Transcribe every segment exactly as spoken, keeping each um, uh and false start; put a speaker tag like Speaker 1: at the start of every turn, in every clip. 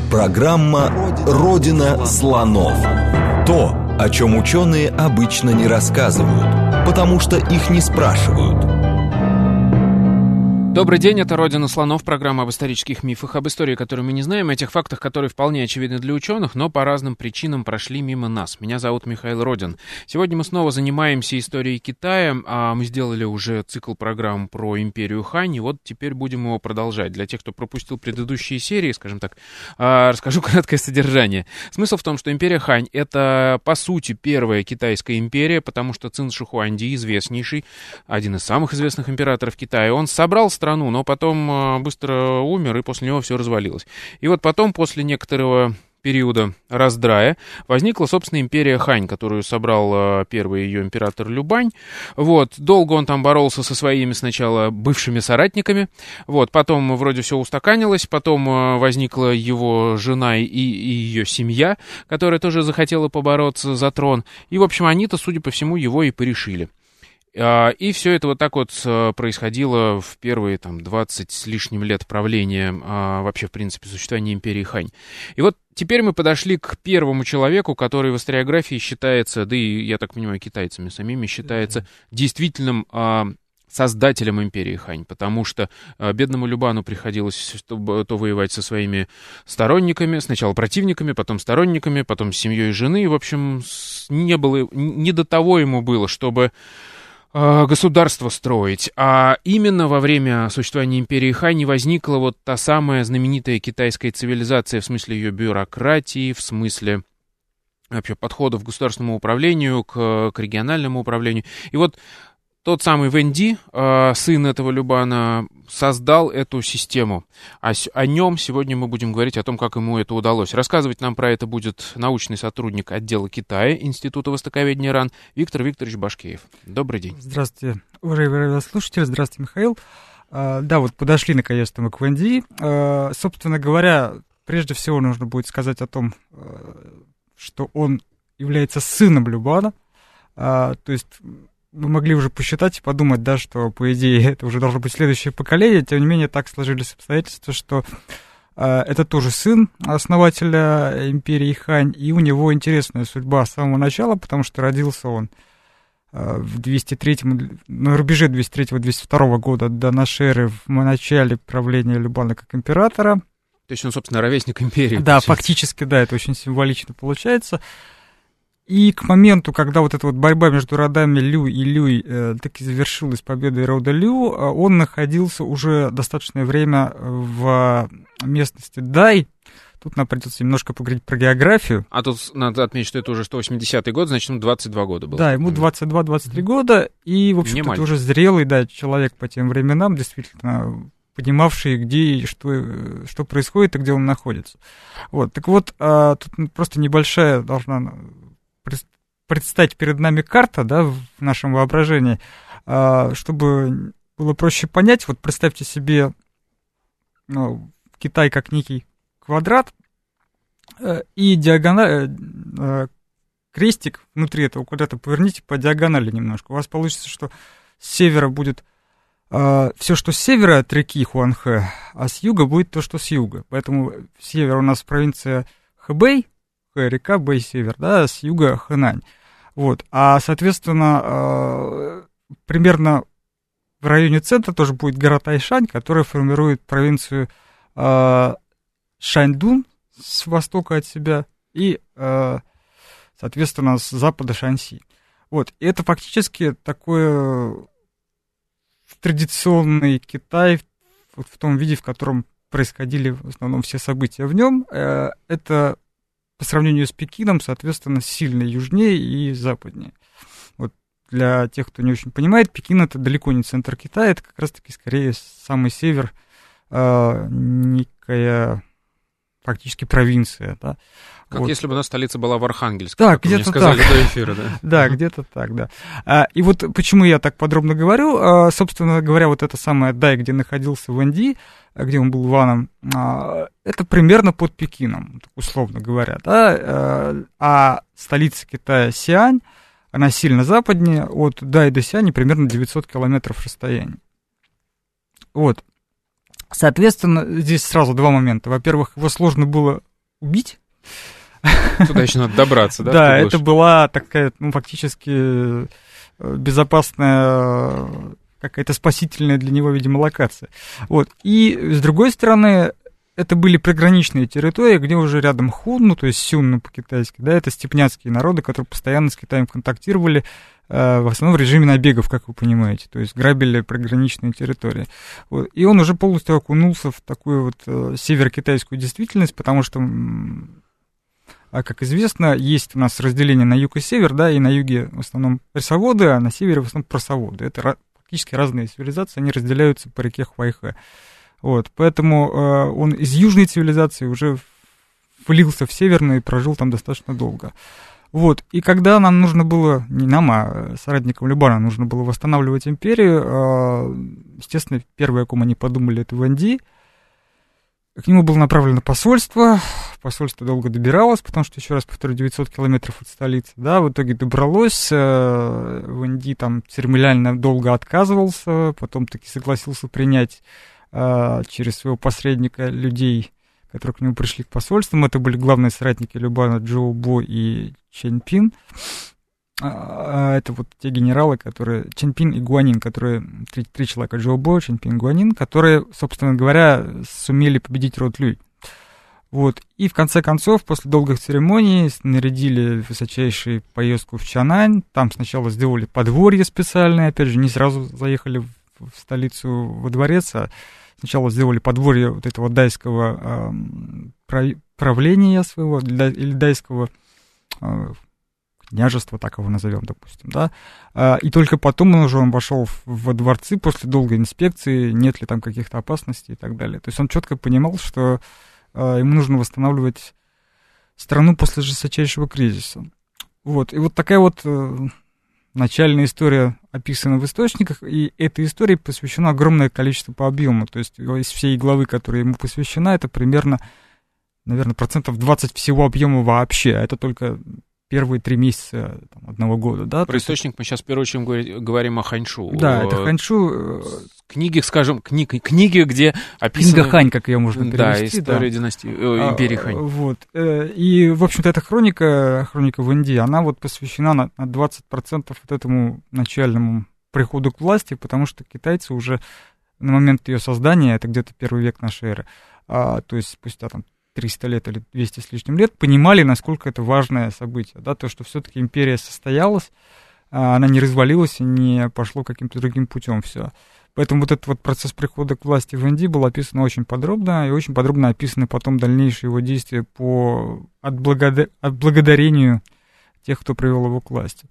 Speaker 1: Программа «Родина слонов». То, о чем ученые обычно не рассказывают, потому что их не спрашивают.
Speaker 2: Добрый день, это «Родина слонов», программа об исторических мифах, об истории, которую мы не знаем, о тех фактах, которые вполне очевидны для ученых, но по разным причинам прошли мимо нас. Меня зовут Михаил Родин. Сегодня мы снова занимаемся историей Китая, а мы сделали уже цикл программ про империю Хань, и вот теперь будем его продолжать. Для тех, кто пропустил предыдущие серии, скажем так, расскажу краткое содержание. Смысл в том, что империя Хань — это, по сути, первая китайская империя, потому что Цин Шихуанди, известнейший, один из самых известных императоров Китая, он собрал страну, но потом быстро умер, и после него все развалилось. И вот потом, после некоторого периода раздрая, возникла, собственно, империя Хань, которую собрал первый ее император Любань. Вот. Долго он там боролся со своими сначала бывшими соратниками. Вот. Потом вроде все устаканилось, потом возникла его жена и, и ее семья, которая тоже захотела побороться за трон. И, в общем, они-то, судя по всему, его и порешили. И все это вот так вот происходило в первые там, двадцать с лишним лет правления, вообще, в принципе, существования империи Хань. И вот теперь мы подошли к первому человеку, который в историографии считается, да и, я так понимаю, китайцами самими считается действительным создателем империи Хань, потому что бедному Любану приходилось то, то воевать со своими сторонниками, сначала противниками, потом сторонниками, потом с семьей жены. В общем, не было, не до того ему было, чтобы государство строить, а именно во время существования империи Хань возникла вот та самая знаменитая китайская цивилизация в смысле ее бюрократии, в смысле вообще подходов к государственному управлению, к, к региональному управлению. И вот тот самый Вэнди, сын этого Любана, создал эту систему. О, о нем сегодня мы будем говорить, о том, как ему это удалось. Рассказывать нам про это будет научный сотрудник отдела Китая Института востоковедения РАН Виктор Викторович Башкеев. Добрый день.
Speaker 3: Здравствуйте, уважаемые слушатели. Здравствуйте, Михаил. А, да, вот подошли наконец-то мы к Вэнди. А, собственно говоря, прежде всего нужно будет сказать о том, что он является сыном Любана. А, то есть мы могли уже посчитать и подумать, да, что, по идее, это уже должно быть следующее поколение. Тем не менее, так сложились обстоятельства, что э, это тоже сын основателя империи Хань, и у него интересная судьба с самого начала, потому что родился он э, в двести третьем, на рубеже двести третьего — двести второго года до нашей эры, в начале правления Любана как императора.
Speaker 2: То есть он, собственно, ровесник империи.
Speaker 3: Да, фактически, да, это очень символично получается. И к моменту, когда вот эта вот борьба между родами Лю и Люй э, таки завершилась победой рода Лю, он находился уже достаточное время в местности Дай. Тут нам придется немножко поговорить про географию.
Speaker 2: А тут надо отметить, что это уже сто восьмидесятый год, значит, ему двадцать два года было.
Speaker 3: Да, ему двадцать два — двадцать три года, и, в общем-то, это уже зрелый, да, человек по тем временам, действительно понимавший, где и что, что происходит и где он находится. Вот, так вот, а, тут просто небольшая должна предстать перед нами карта, да, в нашем воображении, чтобы было проще понять. Вот представьте себе, ну, Китай как некий квадрат и диагональ, крестик внутри этого квадрата поверните по диагонали немножко. У вас получится, что с севера будет все, что с севера от реки Хуанхэ, а с юга будет то, что с юга. Поэтому с севера у нас провинция Хэбэй, река Бэй север, да, с юга Хэнань. Вот. А, соответственно, примерно в районе центра тоже будет гора Тайшань, которая формирует провинцию Шаньдун с востока от себя и, соответственно, с запада Шаньси. Вот. И это фактически такой традиционный Китай вот в том виде, в котором происходили в основном все события в нем. Это по сравнению с Пекином, соответственно, сильно южнее и западнее. Вот для тех, кто не очень понимает, Пекин — это далеко не центр Китая, это как раз-таки скорее самый север, э, некая фактически провинция, да.
Speaker 2: Как
Speaker 3: вот.
Speaker 2: Если бы у нас столица была в Архангельске,
Speaker 3: так,
Speaker 2: как мне сказали так. До эфира, да? Да,
Speaker 3: где-то так, да. А, и вот почему я так подробно говорю, а, собственно говоря, вот это самое Дай, где находился Вэнди, где он был ваном, а, это примерно под Пекином, условно говоря, да, а, а столица Китая Сиань, она сильно западнее, от Дай до Сиани примерно девятьсот километров расстояния. Вот. Соответственно, здесь сразу два момента. Во-первых, его сложно было убить.
Speaker 2: Туда еще надо добраться, да?
Speaker 3: Да, это была такая, ну, фактически безопасная, какая-то спасительная для него, видимо, локация. Вот. И, с другой стороны, это были приграничные территории, где уже рядом Хун, ну, то есть Сюн, ну, по-китайски, да, это степняцкие народы, которые постоянно с Китаем контактировали, э, в основном в режиме набегов, как вы понимаете, то есть грабили приграничные территории. Вот. И он уже полностью окунулся в такую вот э, северокитайскую действительность, потому что... А как известно, есть у нас разделение на юг и север, да, и на юге в основном рисоводы, а на севере в основном просоводы. Это практически разные цивилизации, они разделяются по реке Хвайхэ. Вот, поэтому э, он из южной цивилизации уже влился в северную и прожил там достаточно долго. Вот, и когда нам нужно было, не нам, а соратникам Любана нужно было восстанавливать империю, э, естественно, первое, о ком они подумали, это Вэнди. К нему было направлено посольство, посольство долго добиралось, потому что, еще раз повторю, девятьсот километров от столицы, да, в итоге добралось, Вэнди там церемониально долго отказывался, потом таки согласился принять а, через своего посредника людей, которые к нему пришли к посольствам, это были главные соратники Любана Джоу Бо и Чэнь Пин. Это вот те генералы, которые... Чэнь Пин и Гуанин, которые... Три, три человека, Джоу Бо, Чэнь Пин и Гуанин, которые, собственно говоря, сумели победить род Люй. Вот. И в конце концов, после долгих церемоний, нарядили высочайшую поездку в Чанань. Там сначала сделали подворье специальное, опять же, не сразу заехали в, в столицу, во дворец, а сначала сделали подворье вот этого дайского э, правления своего, или дайского... Э, княжество, так его назовем, допустим, да, и только потом он уже он вошел во дворцы после долгой инспекции, нет ли там каких-то опасностей и так далее. То есть он четко понимал, что ему нужно восстанавливать страну после жесточайшего кризиса. Вот, и вот такая вот начальная история описана в источниках, и этой истории посвящено огромное количество по объему, то есть из всей главы, которая ему посвящена, это примерно, наверное, процентов двадцать всего объема вообще, а это только первые три месяца там, одного года, да.
Speaker 2: Про источник мы сейчас в первую очередь говорим о Ханьшу.
Speaker 3: Да, это Ханьшу.
Speaker 2: Книги, скажем, книги, книги, где описаны...
Speaker 3: Книга Хань, как ее можно перевести.
Speaker 2: Да, история да. династии, э, империи Хань.
Speaker 3: А, вот. И, в общем-то, эта хроника, хроника Вэнди, она вот посвящена на, на двадцать процентов вот этому начальному приходу к власти, потому что китайцы уже на момент ее создания, это где-то первый век нашей эры, а, то есть спустя там триста лет или двести с лишним лет, понимали, насколько это важное событие, да, то, что все-таки империя состоялась, она не развалилась и не пошло каким-то другим путем все. Поэтому вот этот вот процесс прихода к власти Вэнди был описан очень подробно, и очень подробно описаны потом дальнейшие его действия по отблагода... отблагодарению тех, кто привел его к власти.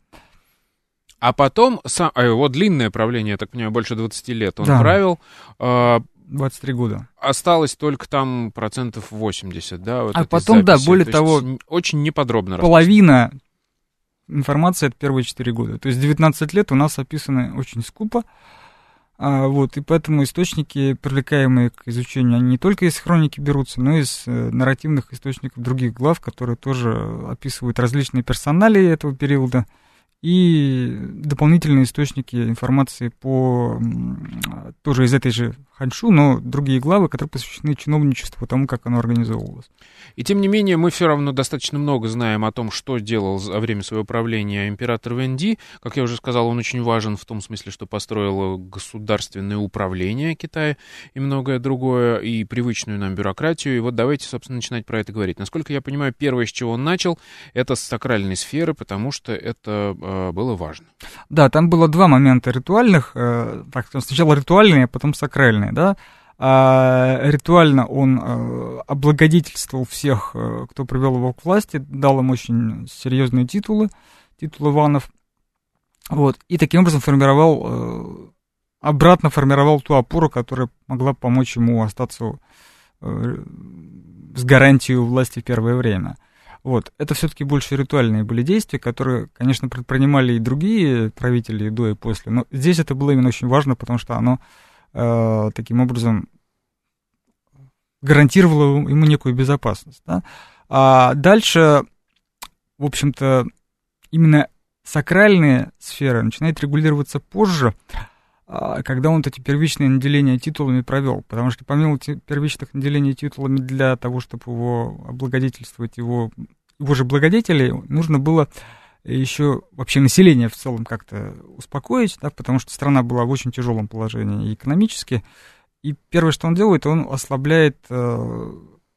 Speaker 2: А потом, сам... а его длинное правление, я так понимаю, больше двадцати лет он
Speaker 3: да.
Speaker 2: правил... Э...
Speaker 3: двадцать три года.
Speaker 2: Осталось только там процентов восемьдесят, да? Вот
Speaker 3: а потом, да, более
Speaker 2: То
Speaker 3: того...
Speaker 2: Очень неподробно
Speaker 3: половина расписано. Информации от первые четыре года. То есть девятнадцать лет у нас описаны очень скупо. А, вот, и поэтому источники, привлекаемые к изучению, они не только из хроники берутся, но и из э, нарративных источников других глав, которые тоже описывают различные персоналии этого периода, и дополнительные источники информации по тоже из этой же Ханьшу, но другие главы, которые посвящены чиновничеству, тому, как оно организовывалось.
Speaker 2: И тем не менее, мы все равно достаточно много знаем о том, что делал во время своего правления император Вэнди. Как я уже сказал, он очень важен в том смысле, что построил государственное управление Китая и многое другое, и привычную нам бюрократию. И вот давайте, собственно, начинать про это говорить. Насколько я понимаю, первое, с чего он начал, это с сакральной сферы, потому что это э, было важно. Да, там было два момента ритуальных.
Speaker 3: Э, так, сначала ритуальные, а потом сакральные. Да? А, ритуально он а, облагодетельствовал всех, а, кто привел его к власти, дал им очень серьезные титулы, титулы ванов, вот, и таким образом формировал, а, обратно формировал ту опору, которая могла помочь ему остаться а, с гарантией власти в первое время. Вот. Это все-таки больше ритуальные были действия, которые, конечно, предпринимали и другие правители и до, и после, но здесь это было именно очень важно, потому что оно таким образом гарантировало ему некую безопасность. Да? А дальше, в общем-то, именно сакральные сферы начинают регулироваться позже, когда он вот эти первичные наделения титулами провел. Потому что помимо первичных наделений титулами для того, чтобы его облагодетельствовать, его, его же благодетелей, нужно было еще вообще население в целом как-то успокоить, да, потому что страна была в очень тяжелом положении экономически. И первое, что он делает, он ослабляет э,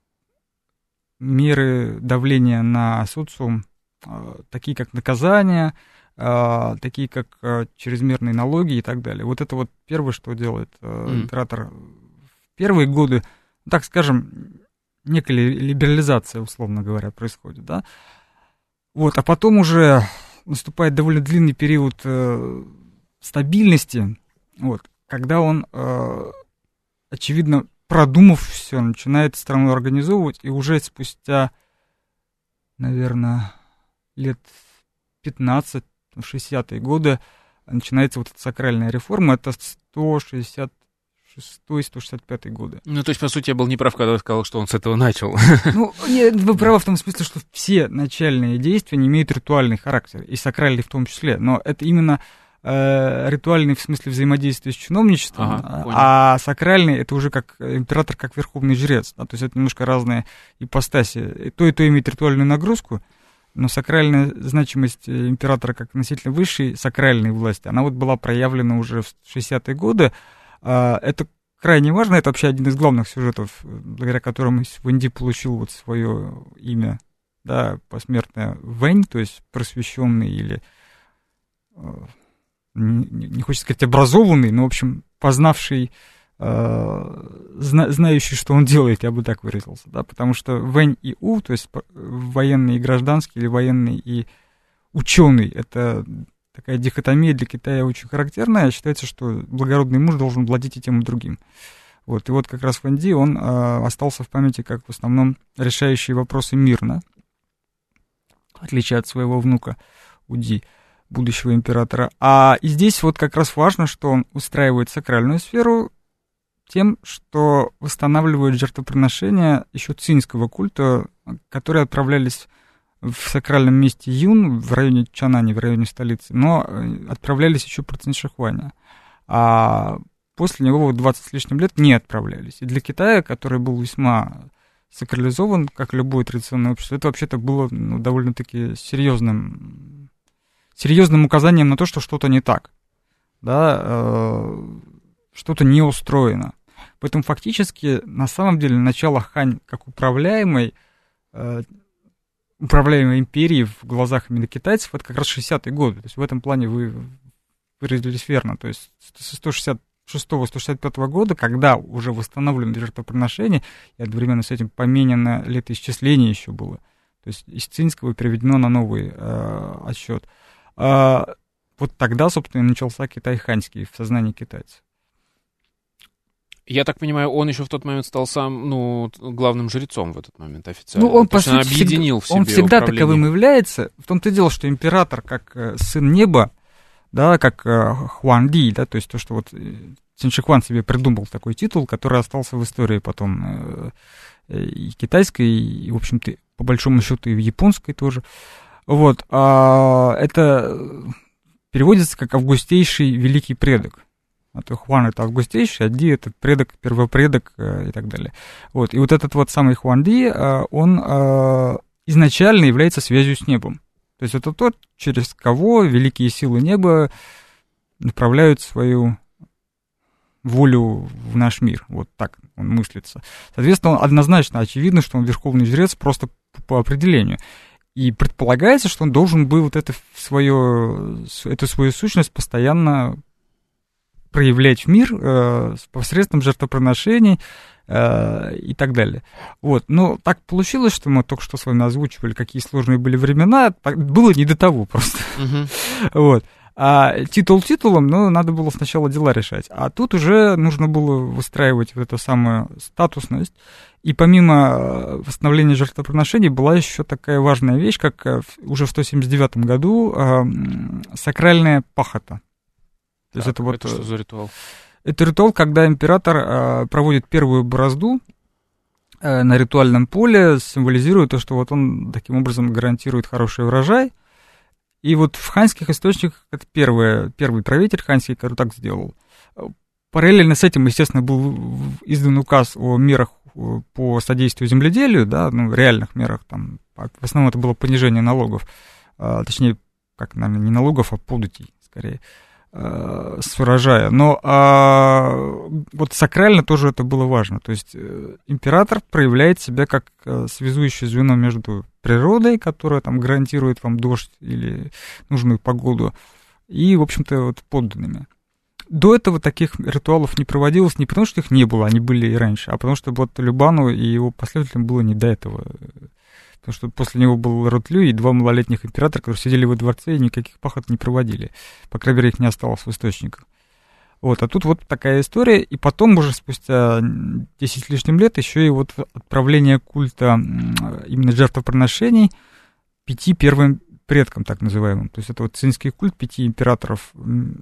Speaker 3: меры давления на социум, э, такие как наказания, э, такие как э, чрезмерные налоги и так далее. Вот это вот первое, что делает э, mm. император в первые годы, так скажем, некая либерализация, условно говоря, происходит, да. Вот, а потом уже наступает довольно длинный период э, стабильности, вот, когда он, э, очевидно, продумав все, начинает страну организовывать, и уже спустя, наверное, лет пятнадцать, шестидесятые годы начинается вот эта сакральная реформа, это сто шестьдесят шестой — сто шестьдесят пятый годы.
Speaker 2: Ну, то есть, по сути, я был неправ, когда сказал, что он с этого начал.
Speaker 3: Ну, нет, вы правы в том смысле, что все начальные действия не имеют ритуальный характер, и сакральный в том числе, но это именно э, ритуальный в смысле взаимодействия с чиновничеством, ага, а сакральный — это уже как император, как верховный жрец, да, то есть это немножко разные ипостаси. То и то имеет ритуальную нагрузку, но сакральная значимость императора как носителя высшей сакральной власти, она вот была проявлена уже в шестидесятые годы. Это крайне важно, это вообще один из главных сюжетов, благодаря которому Вэнди получил вот свое имя, да, посмертное Вэнь, то есть просвещенный или, не, не хочется сказать образованный, но, в общем, познавший, знающий, что он делает, я бы так выразился, да, потому что Вэнь и У, то есть военный и гражданский, или военный и ученый, это такая дихотомия для Китая очень характерная. Считается, что благородный муж должен владеть и тем, и другим. Вот. И вот как раз Вэнди, он э, остался в памяти как в основном решающий вопросы мирно, в отличие от своего внука Уди, будущего императора. А и здесь вот как раз важно, что он устраивает сакральную сферу тем, что восстанавливает жертвоприношения еще цинского культа, которые отправлялись в сакральном месте Юн, в районе Чанани, в районе столицы, но отправлялись еще при Цинь-Шихуане. А после него вот двадцать с лишним лет не отправлялись. И для Китая, который был весьма сакрализован, как любое традиционное общество, это вообще-то было, ну, довольно-таки серьезным, серьезным указанием на то, что что-то не так, да, э, что-то не устроено. Поэтому фактически, на самом деле, начало Хань как управляемой, э, управляемой империи в глазах именно китайцев, это как раз шестидесятые годы. То есть в этом плане вы выразились верно. То есть с сто шестьдесят шестого — сто шестьдесят пятого года, когда уже восстановлены жертвоприношения, и одновременно с этим поменено летоисчисление еще было. То есть из цинского переведено на новый э, отсчет. Э, вот тогда, собственно, начался Китай ханьский в сознании китайцев.
Speaker 2: Я так понимаю, он еще в тот момент стал сам, ну, главным жрецом в этот момент официально.
Speaker 3: Ну, он, по сути,
Speaker 2: объединил
Speaker 3: всегда, в себе он всегда таковым является. В том-то и дело, что император, как э, сын неба, да, как э, Хуанди, да, то есть то, что вот Цинь-Шихуан себе придумал такой титул, который остался в истории потом э, и китайской, и, в общем-то, по большому счету, и в японской тоже. Вот. А это переводится как «августейший великий предок». А то Хуан — это августейший, а Ди — это предок, первопредок э, и так далее. Вот. И вот этот вот самый Хуан Ди, э, он э, изначально является связью с небом. То есть это тот, через кого великие силы неба направляют свою волю в наш мир. Вот так он мыслится. Соответственно, он однозначно очевидно, что он верховный жрец просто по определению. И предполагается, что он должен был вот это свое, эту свою сущность постоянно проявлять в мир э, посредством жертвоприношений э, и так далее. Вот. Но так получилось, что мы только что с вами озвучивали, какие сложные были времена, так, было не до того просто. Uh-huh. Вот. А титул титулом, но надо было сначала дела решать. А тут уже нужно было выстраивать вот эту самую статусность. И помимо восстановления жертвоприношений была еще такая важная вещь, как уже в сто семьдесят девятом году э, сакральная пахота. То
Speaker 2: так, есть это, вот, это что за ритуал?
Speaker 3: Это ритуал, когда император э, проводит первую борозду э, на ритуальном поле, символизируя то, что вот он таким образом гарантирует хороший урожай. И вот в ханьских источниках это первое, первый правитель ханьский, который так сделал. параллельно с этим, естественно, был издан указ о мерах по содействию земледелию, да, ну, реальных мерах, там, в основном это было понижение налогов, а, точнее, как, наверное, не налогов, а податей, скорее, а, с урожая. Но а, вот сакрально тоже это было важно, то есть император проявляет себя как связующее звено между природой, которая там гарантирует вам дождь или нужную погоду, и, в общем-то, вот подданными. До этого таких ритуалов не проводилось не потому, что их не было, они были и раньше, а потому что вот Любану и его последователям было не до этого. Потому что после него был Ротлю и два малолетних императора, которые сидели во дворце и никаких пахот не проводили. По крайней мере, их не осталось в источниках. Вот, а тут вот такая история, и потом уже спустя десять с лишним лет еще и вот отправление культа именно жертвоприношений пяти первым предкам, так называемым. То есть это вот цинский культ пяти императоров,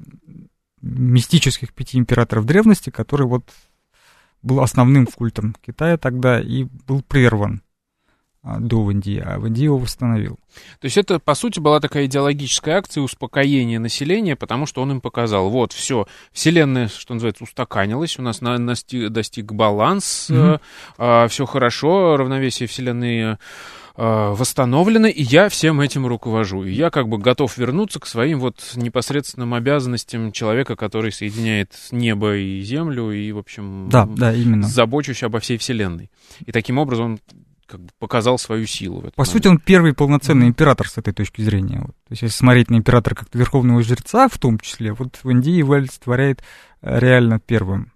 Speaker 3: мистических пяти императоров древности, который вот был основным культом Китая тогда и был прерван до Вэнди, а Вэнди его восстановил.
Speaker 2: То есть это, по сути, была такая идеологическая акция успокоения населения, потому что он им показал, вот, все, вселенная, что называется, устаканилась, у нас на, настиг, достиг баланс, mm-hmm. э, э, все хорошо, равновесие вселенной восстановлено, и я всем этим руковожу. И я как бы готов вернуться к своим вот непосредственным обязанностям человека, который соединяет небо и землю, и, в общем,
Speaker 3: да, да, именно.
Speaker 2: Забочусь обо всей вселенной. И таким образом он как бы показал свою силу. В этот
Speaker 3: По
Speaker 2: момент.
Speaker 3: сути, он первый полноценный император с этой точки зрения. Вот. То есть, если смотреть на императора как верховного жреца, в том числе, вот Вэнди его олицетворяет реально первым.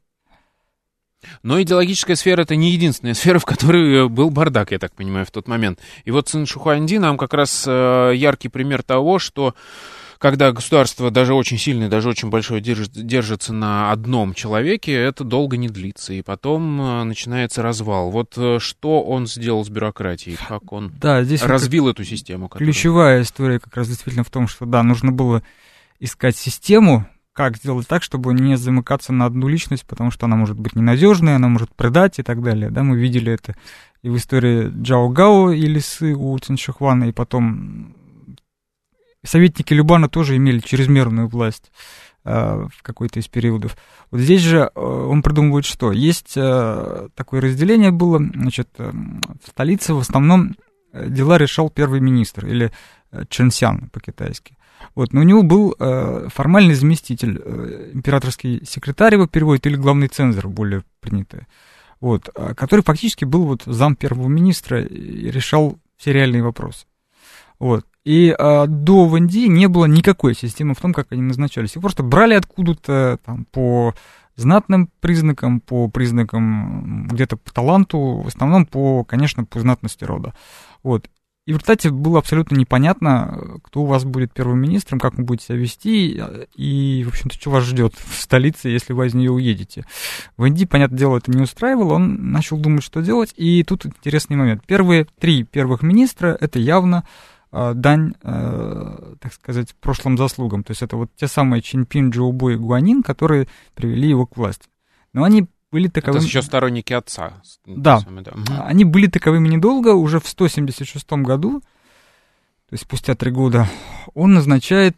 Speaker 2: Но идеологическая сфера — это не единственная сфера, в которой был бардак, я так понимаю, в тот момент. И вот Цин Шихуанди нам как раз яркий пример того, что когда государство даже очень сильное, даже очень большое держит, держится на одном человеке, это долго не длится, и потом начинается развал. Вот что он сделал с бюрократией, как он
Speaker 3: да, здесь
Speaker 2: развил эту систему?
Speaker 3: Которая... Ключевая история как раз действительно в том, что, да, нужно было искать систему, как сделать так, чтобы не замыкаться на одну личность, потому что она может быть ненадежной, она может предать и так далее. Да, мы видели это и в истории Джао Гао и Лисы у Цин Шихуана, и потом советники Любана тоже имели чрезмерную власть э, в какой-то из периодов. Вот здесь же э, он придумывает, что есть э, такое разделение было, значит, э, в столице в основном дела решал первый министр, или э, Чэнсян по-китайски. Вот, но у него был э, формальный заместитель, э, императорский секретарь его переводит, или главный цензор, более принятое, вот, э, который фактически был вот зам первого министра и решал все реальные вопросы. Вот. И э, до Вэнди не было никакой системы в том, как они назначались. Их просто брали откуда-то там, по знатным признакам, по признакам где-то по таланту, в основном, по, конечно, по знатности рода. Вот. И в результате было абсолютно непонятно, кто у вас будет первым министром, как вы будете себя вести, и, в общем-то, что вас ждет в столице, если вы из нее уедете. Вэнди, понятное дело, это не устраивало, он начал думать, что делать, и тут интересный момент. Первые три первых министра — это явно э, дань, э, так сказать, прошлым заслугам. То есть это вот те самые Чинпин, Джоубо и Гуанин, которые привели его к власти. Но они были таковыми...
Speaker 2: Это еще сторонники отца.
Speaker 3: Да. да. Они были таковыми недолго, уже в сто семьдесят шестом году, то есть спустя три года, он назначает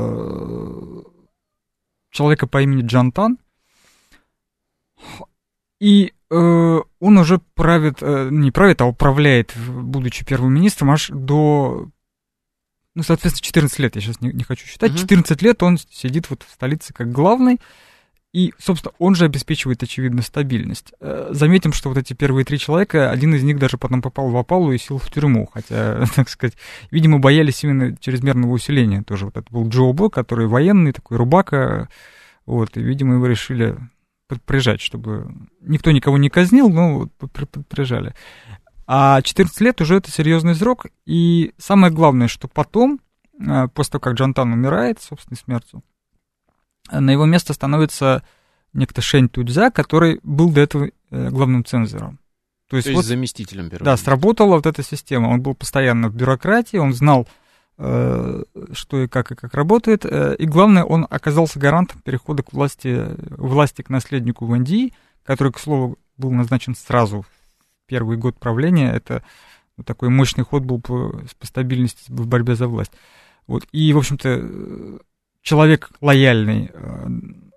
Speaker 3: э, человека по имени Джантан, и э, он уже правит, э, не правит, а управляет, будучи первым министром, аж до, ну, соответственно, четырнадцать лет, я сейчас не, не хочу считать, четырнадцать лет он сидит вот в столице как главный. И, собственно, он же обеспечивает, очевидно, стабильность. Заметим, что вот эти первые три человека, один из них даже потом попал в опалу и сел в тюрьму, хотя, так сказать, видимо, боялись именно чрезмерного усиления тоже. Вот это был Джоубо, который военный, такой рубака, вот, и, видимо, его решили подприжать, чтобы никто никого не казнил, но подприжали. А четырнадцать лет уже это серьезный срок, и самое главное, что потом, после того, как Джантан умирает собственной смертью, на его место становится некто Шэнь Тудзя, который был до этого главным цензором.
Speaker 2: То есть, То есть вот, заместителем первого.
Speaker 3: Да, сработала вот эта система. Он был постоянно в бюрократии, он знал, э, что и как, и как работает. Э, и главное, он оказался гарантом перехода к власти, власти к наследнику Вэнди, который, к слову, был назначен сразу в первый год правления. Это вот такой мощный ход был по, по стабильности в борьбе за власть. Вот. И, в общем-то, человек лояльный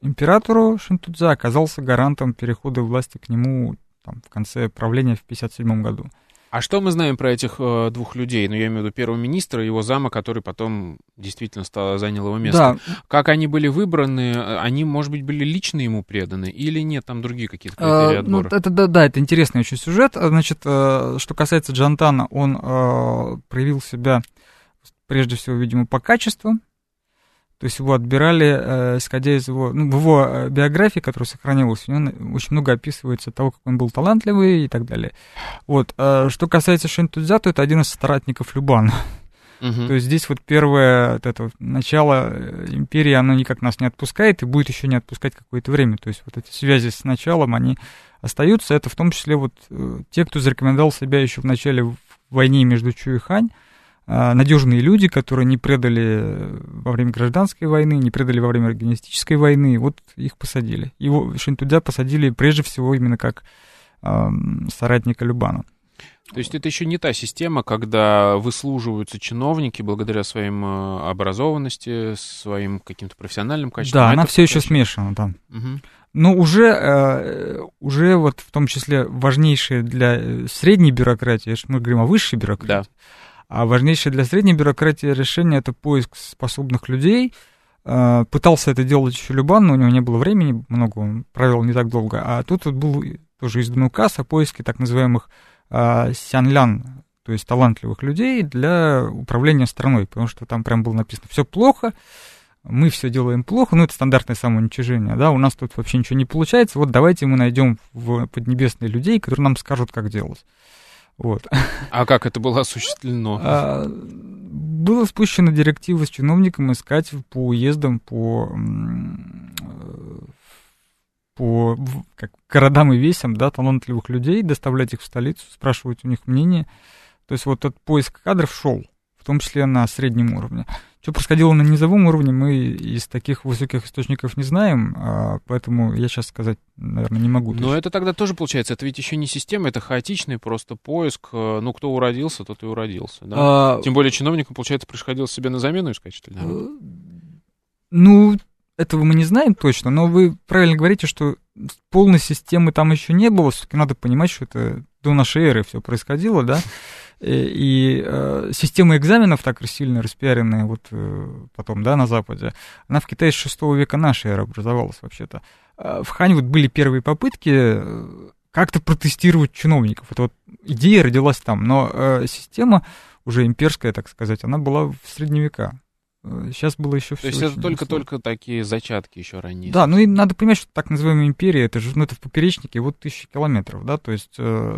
Speaker 3: императору Шинтудзя оказался гарантом перехода власти к нему там, в конце правления в пятьдесят седьмом году.
Speaker 2: А что мы знаем про этих э, двух людей? Ну, я имею в виду первого министра и его зама, который потом действительно стал, занял его место. Да. Как они были выбраны? Они, может быть, были лично ему преданы? Или нет, там другие какие-то критерии отбора?
Speaker 3: А, ну, это, да, да, это интересный очень сюжет. Значит, э, что касается Джантана, он э, проявил себя, прежде всего, видимо, по качеству. То есть его отбирали, э, исходя из его... Ну, в его биографии, которая сохранилась, у него очень много описывается того, как он был талантливый и так далее. Вот. А что касается Шинтудзя, то это один из соратников Любана. Uh-huh. То есть здесь вот первое вот это вот начало империи, оно никак нас не отпускает и будет еще не отпускать какое-то время. То есть вот эти связи с началом, они остаются. Это в том числе вот те, кто зарекомендовал себя еще в начале войны между Чу и Хань, надежные люди, которые не предали во время гражданской войны, не предали во время органистической войны, вот их посадили. Его Шинтудзя посадили прежде всего именно как э, соратника Любана.
Speaker 2: То есть это еще не та система, когда выслуживаются чиновники благодаря своим образованности, своим каким-то профессиональным качествам.
Speaker 3: Да,
Speaker 2: а
Speaker 3: она все еще смешана там. Угу. Но уже, э, уже вот в том числе важнейшее для средней бюрократии, мы говорим о высшей бюрократии, да. А важнейшее для средней бюрократии решение — это поиск способных людей. Пытался это делать еще Любан, но у него не было времени много, он провел не так долго. А тут вот был тоже издан указ о поиске так называемых сянлян, то есть талантливых людей для управления страной, потому что там прям было написано «все плохо», мы все делаем плохо, ну это стандартное самоуничижение, да, у нас тут вообще ничего не получается, вот давайте мы найдем в Поднебесной людей, которые нам скажут, как делать. Вот.
Speaker 2: А как это было осуществлено?
Speaker 3: А, было спущено директива с чиновником искать по уездам, по, по как, городам и весям, да, талантливых людей, доставлять их в столицу, спрашивать у них мнение. То есть вот этот поиск кадров шел, в том числе на среднем уровне. Что происходило на низовом уровне, мы из таких высоких источников не знаем, поэтому я сейчас сказать, наверное, не могу.
Speaker 2: Но это тогда тоже получается, это ведь еще не система, это хаотичный просто поиск, ну, кто уродился, тот и уродился, да? А... Тем более чиновникам, получается, приходилось себе на замену искать, что ли, народ?
Speaker 3: Ну, этого мы не знаем точно, но вы правильно говорите, что полной системы там еще не было, все-таки надо понимать, что это до нашей эры все происходило, да? И, и э, система экзаменов, так сильно распиаренная вот э, потом, да, на Западе, она в Китае с шестого века нашей эры образовалась вообще-то. А в Хань вот были первые попытки как-то протестировать чиновников. Это вот идея родилась там, но э, система уже имперская, так сказать, она была в средние века. Сейчас было еще все.
Speaker 2: То есть это только-только такие зачатки еще ранее.
Speaker 3: Да, ну и надо понимать, что так называемая империя, это же, ну, это в поперечнике, вот тысячи километров, да, то есть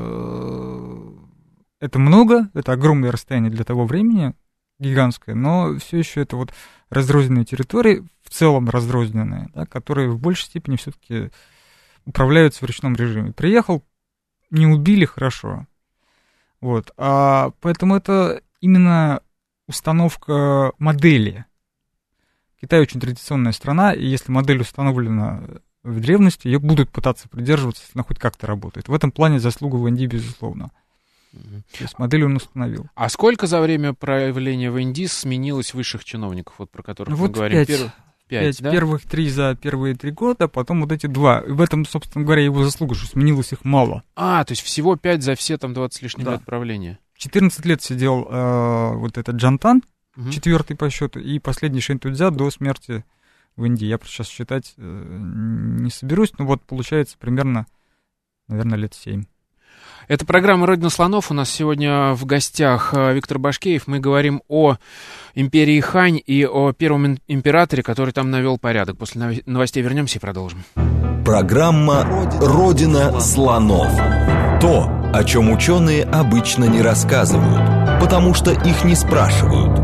Speaker 3: э, это много, это огромное расстояние для того времени, гигантское, но все еще это вот разрозненные территории, в целом разрозненные, да, которые в большей степени все-таки управляются в ручном режиме. Приехал, не убили, хорошо. Вот, а поэтому это именно установка модели. Китай очень традиционная страна, и если модель установлена в древности, ее будут пытаться придерживаться, если она хоть как-то работает. В этом плане заслуга Вэнди, безусловно. Mm-hmm. То есть модель он установил.
Speaker 2: А сколько за время правления Вэнди сменилось высших чиновников, вот про которых
Speaker 3: ну,
Speaker 2: мы
Speaker 3: вот
Speaker 2: говорим?
Speaker 3: Пять. Перв... Пять, пять да? Первых три за первые три года, потом вот эти два. И в этом, собственно говоря, его заслуга, что сменилось их мало.
Speaker 2: А, то есть всего пять за все там двадцать с лишним да. лет правления.
Speaker 3: четырнадцать лет сидел э, вот этот Джантан, угу. четвертый по счету, и последний Шинтудзя до смерти Вэнди. Я просто сейчас считать э, не соберусь, но вот получается примерно, наверное, лет семь.
Speaker 2: Это программа «Родина слонов». У нас сегодня в гостях Виктор Башкеев. Мы говорим о империи Хань и о первом императоре, который там навел порядок. После новостей вернемся и продолжим.
Speaker 1: Программа «Родина слонов». То, о чем ученые обычно не рассказывают, потому что их не спрашивают.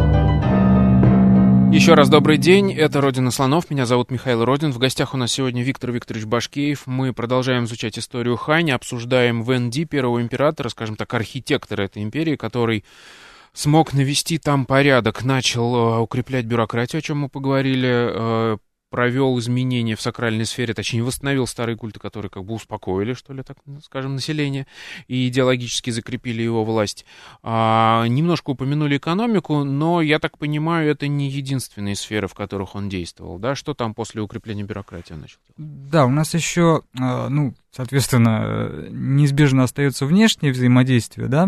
Speaker 2: Еще раз добрый день, это «Родина слонов», меня зовут Михаил Родин. В гостях у нас сегодня Виктор Викторович Башкеев. Мы продолжаем изучать историю Хань, обсуждаем Вэнди, первого императора, скажем так, архитектора этой империи, который смог навести там порядок, начал укреплять бюрократию, о чем мы поговорили, провел изменения в сакральной сфере, точнее, восстановил старые культы, которые как бы успокоили, что ли, так скажем, население, и идеологически закрепили его власть. А, немножко упомянули экономику, но, я так понимаю, это не единственные сферы, в которых он действовал, да? Что там после укрепления бюрократии начал делать?
Speaker 3: Да, у нас еще, ну, соответственно, неизбежно остается внешнее взаимодействие, да?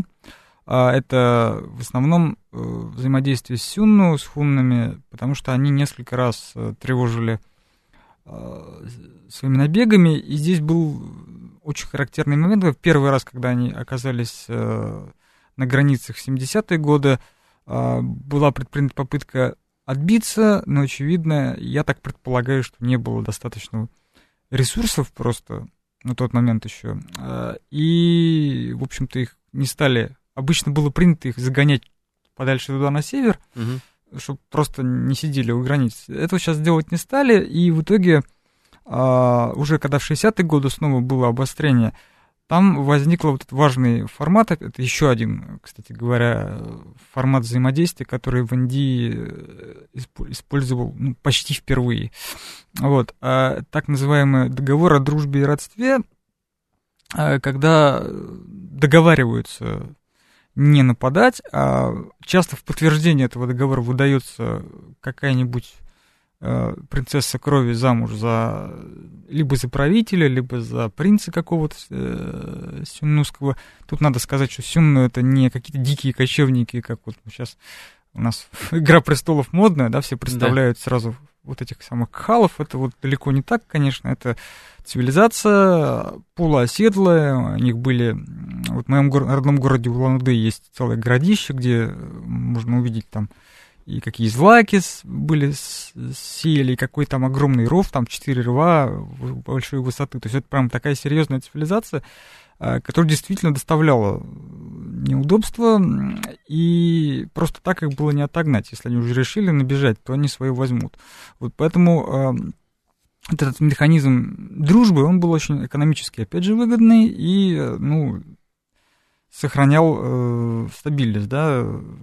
Speaker 3: Это в основном взаимодействие с сюнну, с хуннами, потому что они несколько раз тревожили своими набегами, и здесь был очень характерный момент. Первый раз, когда они оказались на границах в семидесятые годы, была предпринята попытка отбиться, но, очевидно, я так предполагаю, что не было достаточно ресурсов просто на тот момент еще, и, в общем-то, их не стали... Обычно было принято их загонять подальше туда, на север, угу. чтобы просто не сидели у границ. Этого сейчас делать не стали, и в итоге, а, уже когда в шестидесятые годы снова было обострение, там возник вот этот важный формат, это еще один, кстати говоря, формат взаимодействия, который в Индии использовал ну, почти впервые. Вот. А, так называемый договор о дружбе и родстве, а, когда договариваются не нападать, а часто в подтверждение этого договора выдается какая-нибудь э, принцесса крови замуж за либо за правителя, либо за принца какого-то э, сюннуского. Тут надо сказать, что сюнну — это не какие-то дикие кочевники, как вот сейчас у нас «Игра престолов» модная, да, все представляют да. сразу вот этих самых кхалов. Это вот далеко не так, конечно, это цивилизация полуоседлая, у них были... Вот в моем го- родном городе Улан-Удэ есть целое городище, где можно увидеть там и какие злаки были сели, и какой там огромный ров, там четыре рва большой высоты. То есть это прям такая серьезная цивилизация, которая действительно доставляла неудобства, и просто так их было не отогнать. Если они уже решили набежать, то они свое возьмут. Вот поэтому вот этот механизм дружбы, он был очень экономически, опять же, выгодный и, ну, сохранял э, стабильность, да,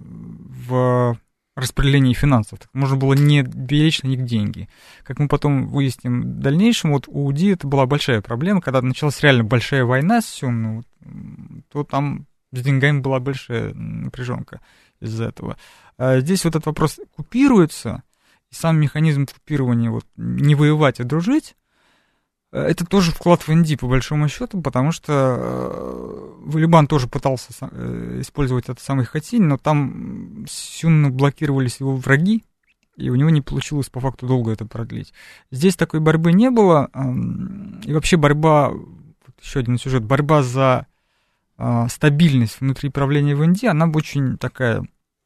Speaker 3: в распределении финансов. Так можно было не беречь на них деньги. Как мы потом выясним в дальнейшем, вот у Уди это была большая проблема, когда началась реально большая война с сюнну, то там с деньгами была большая напряженка из-за этого. А здесь вот этот вопрос купируется, и сам механизм купирования, вот, не воевать, а дружить, это тоже вклад в Индии, по большому счету, потому что Валибан тоже пытался использовать этот самый Хатинь, но там сюнну блокировались его враги, и у него не получилось по факту долго это продлить. Здесь такой борьбы не было, и вообще борьба, еще один сюжет, борьба за стабильность внутри правления в Индии, она очень такая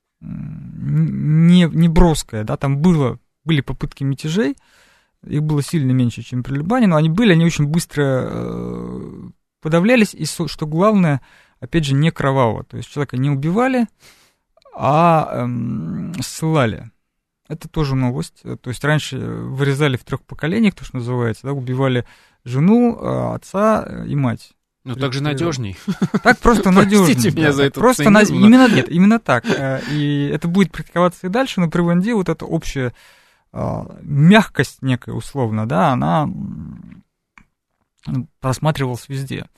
Speaker 3: не, не броская, да, там было, были попытки мятежей, их было сильно меньше, чем при Либане, но они были, они очень быстро э, подавлялись, и, что главное, опять же, не кроваво. То есть человека не убивали, а э, ссылали. Это тоже новость. То есть раньше вырезали в трех поколениях, то, что называется, да, убивали жену, отца и мать.
Speaker 2: Ну, так же надежней.
Speaker 3: Так просто надежней.
Speaker 2: Простите меня за это.
Speaker 3: Просто на... именно, нет, именно так. И это будет практиковаться и дальше, но при Ванде вот это общее мягкость некая, условно, да, она просматривалась везде.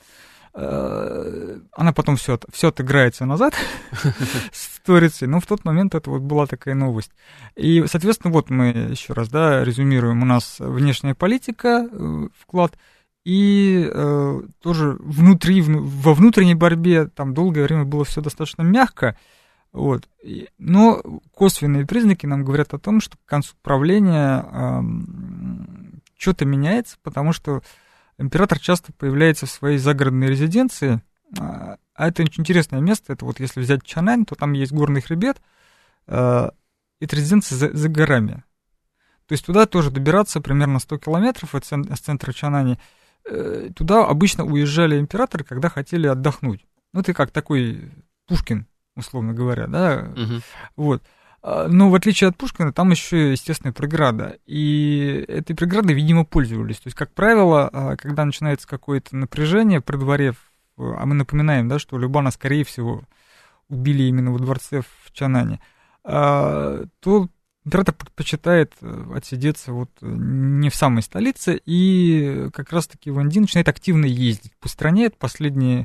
Speaker 3: Она потом все, все отыграется назад сторицей, но в тот момент это вот была такая новость. И, соответственно, вот мы еще раз, да, резюмируем, у нас внешняя политика, вклад, и э, тоже внутри, во внутренней борьбе там долгое время было все достаточно мягко. Вот. Но косвенные признаки нам говорят о том, что к концу правления э, что-то меняется, потому что император часто появляется в своей загородной резиденции, а это очень интересное место, это вот если взять Чанань, то там есть горный хребет, э, это резиденция за, за горами. То есть туда тоже добираться примерно сто километров от центра Чанани, э, туда обычно уезжали императоры, когда хотели отдохнуть. Ну, это как такой Пушкин, условно говоря, да, uh-huh. вот. Но в отличие от Пушкина, там еще естественная преграда, и этой преградой, видимо, пользовались. То есть, как правило, когда начинается какое-то напряжение при дворе, а мы напоминаем, да, что Любана, скорее всего, убили именно во дворце в Чанане, то император предпочитает отсидеться вот не в самой столице, и как раз-таки Вэнди начинает активно ездить по стране. Это последние,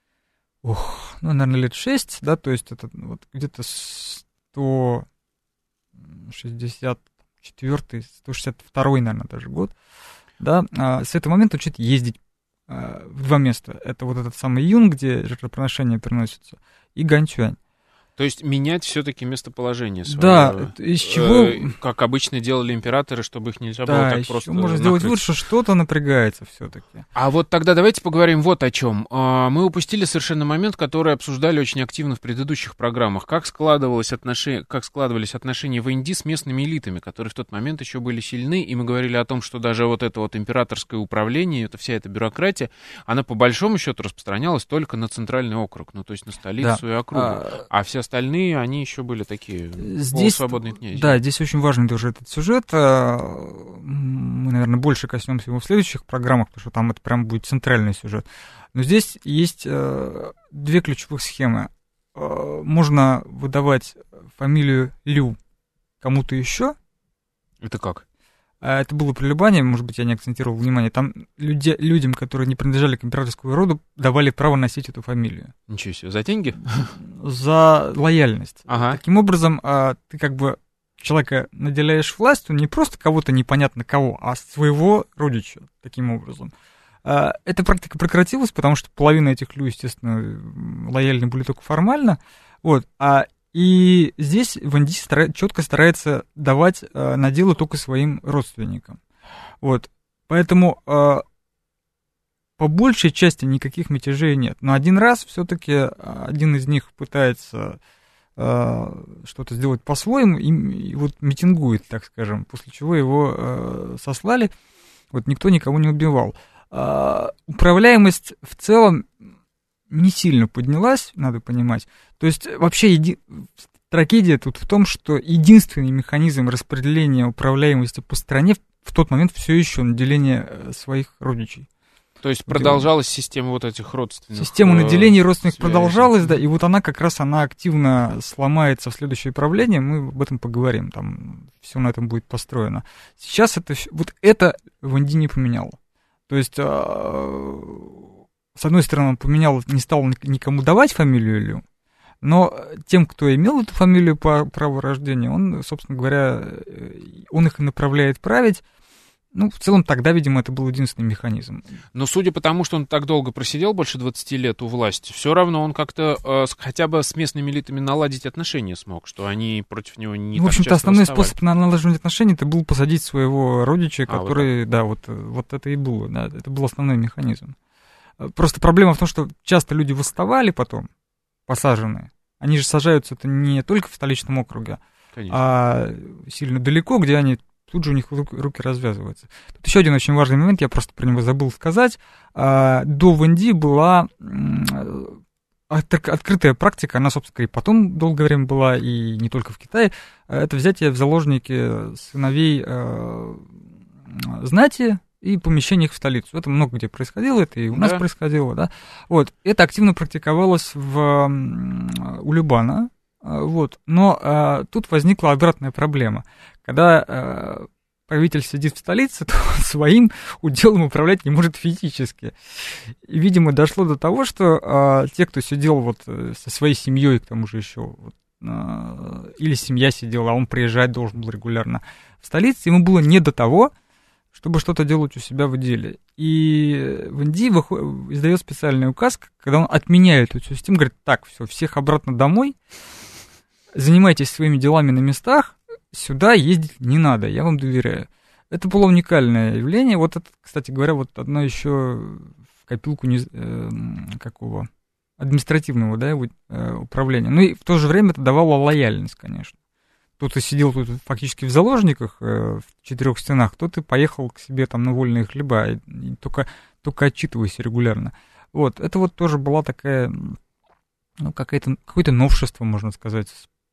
Speaker 3: ох, ну, наверное, лет шесть, да, то есть это вот где-то сто шестьдесят четвёртый, сто шестьдесят второй, наверное, даже год, да, а с этого момента учит ездить а, в два места. Это вот этот самый Юн, где жертвоприношения переносятся, и Ганчуань.
Speaker 2: То есть менять все-таки местоположение свое.
Speaker 3: Да, из чего...
Speaker 2: Э, как обычно делали императоры, чтобы их нельзя
Speaker 3: да,
Speaker 2: было так просто
Speaker 3: можно
Speaker 2: накрыть.
Speaker 3: сделать лучше, что-то напрягается все-таки.
Speaker 2: А вот тогда давайте поговорим вот о чем. Мы упустили совершенно момент, который обсуждали очень активно в предыдущих программах. Как, складывалось отношение, как складывались отношения Вэнди с местными элитами, которые в тот момент еще были сильны, и мы говорили о том, что даже вот это вот императорское управление, это вся эта бюрократия, она по большому счету распространялась только на центральный округ, ну то есть на столицу да. и округу. А, а все остальные, они еще были такие полусвободные князи.
Speaker 3: Да, здесь очень важный тоже этот сюжет. Мы, наверное, больше коснемся его в следующих программах, потому что там это прям будет центральный сюжет. Но здесь есть две ключевых схемы. Можно выдавать фамилию Лю кому-то еще.
Speaker 2: Это как?
Speaker 3: Это было прелюбание, может быть, я не акцентировал внимание. Там люди, людям, которые не принадлежали к императорскому роду, давали право носить эту фамилию.
Speaker 2: Ничего себе, за деньги?
Speaker 3: За лояльность.
Speaker 2: Ага.
Speaker 3: Таким образом, ты как бы человека наделяешь властью, не просто кого-то непонятно кого, а своего родича, таким образом. Эта практика прекратилась, потому что половина этих людей, естественно, лояльны были только формально. Вот. А И здесь Вэнди старает, четко старается давать э, наделы только своим родственникам. Вот. Поэтому э, по большей части никаких мятежей нет. Но один раз все-таки один из них пытается э, что-то сделать по-своему и, и вот митингует, так скажем, после чего его э, сослали. Вот никто никого не убивал. Э, управляемость в целом не сильно поднялась, надо понимать. То есть вообще еди... трагедия тут в том, что единственный механизм распределения управляемости по стране в тот момент все еще наделение своих родичей.
Speaker 2: То есть продолжалась система вот этих родственных...
Speaker 3: Система наделения родственных связей. Продолжалась, да, и вот она как раз, она активно сломается в следующее правление, мы об этом поговорим, там все на этом будет построено. Сейчас это, вот это Вэнди не поменяло. То есть... С одной стороны, он поменял, не стал никому давать фамилию Лю, но тем, кто имел эту фамилию по праву рождения, он, собственно говоря, он их и направляет править. Ну, в целом, тогда, видимо, это был единственный механизм.
Speaker 2: Но судя по тому, что он так долго просидел, больше двадцати лет у власти, все равно он как-то э, хотя бы с местными элитами наладить отношения смог, что они против него не
Speaker 3: ну,
Speaker 2: так часто
Speaker 3: в общем-то, основной
Speaker 2: восставали.
Speaker 3: Способ налаживания отношений это был посадить своего родича,
Speaker 2: а,
Speaker 3: который, вот да, вот, вот это и было, да, это был основной механизм. Просто проблема в том, что часто люди восставали потом, посаженные. Они же сажаются это не только в столичном округе, конечно, а сильно далеко, где они тут же у них руки развязываются. Тут еще один очень важный момент, я просто про него забыл сказать. До Вэнди была открытая практика, она, собственно говоря, и потом долгое время была, и не только в Китае. Это взятие в заложники сыновей знати и помещение их в столицу. Это много где происходило, это и у нас да. происходило, да. Вот. Это активно практиковалось в, у Любана, вот. Но а, тут возникла обратная проблема. Когда а, правитель сидит в столице, то своим уделом управлять не может физически. И, видимо, дошло до того, что а, те, кто сидел вот со своей семьей, к тому же еще, вот, а, или семья сидела, а он приезжать должен был регулярно в столицу, ему было не до того, чтобы что-то делать у себя в деле. И Вэнди выход... издает специальный указ, когда он отменяет эту систему, говорит, так, все, всех обратно домой, занимайтесь своими делами на местах, сюда ездить не надо, я вам доверяю. Это было уникальное явление. Вот это, кстати говоря, вот одно еще в копилку не... э, какого административного, да, управления. Ну и в то же время это давало лояльность, конечно. Кто-то сидел тут фактически в заложниках, э, в четырех стенах, кто-то поехал к себе там на вольные хлеба, и, и только, только отчитывайся регулярно. Вот, это вот тоже была такая, ну, какая-то, какое-то новшество, можно сказать,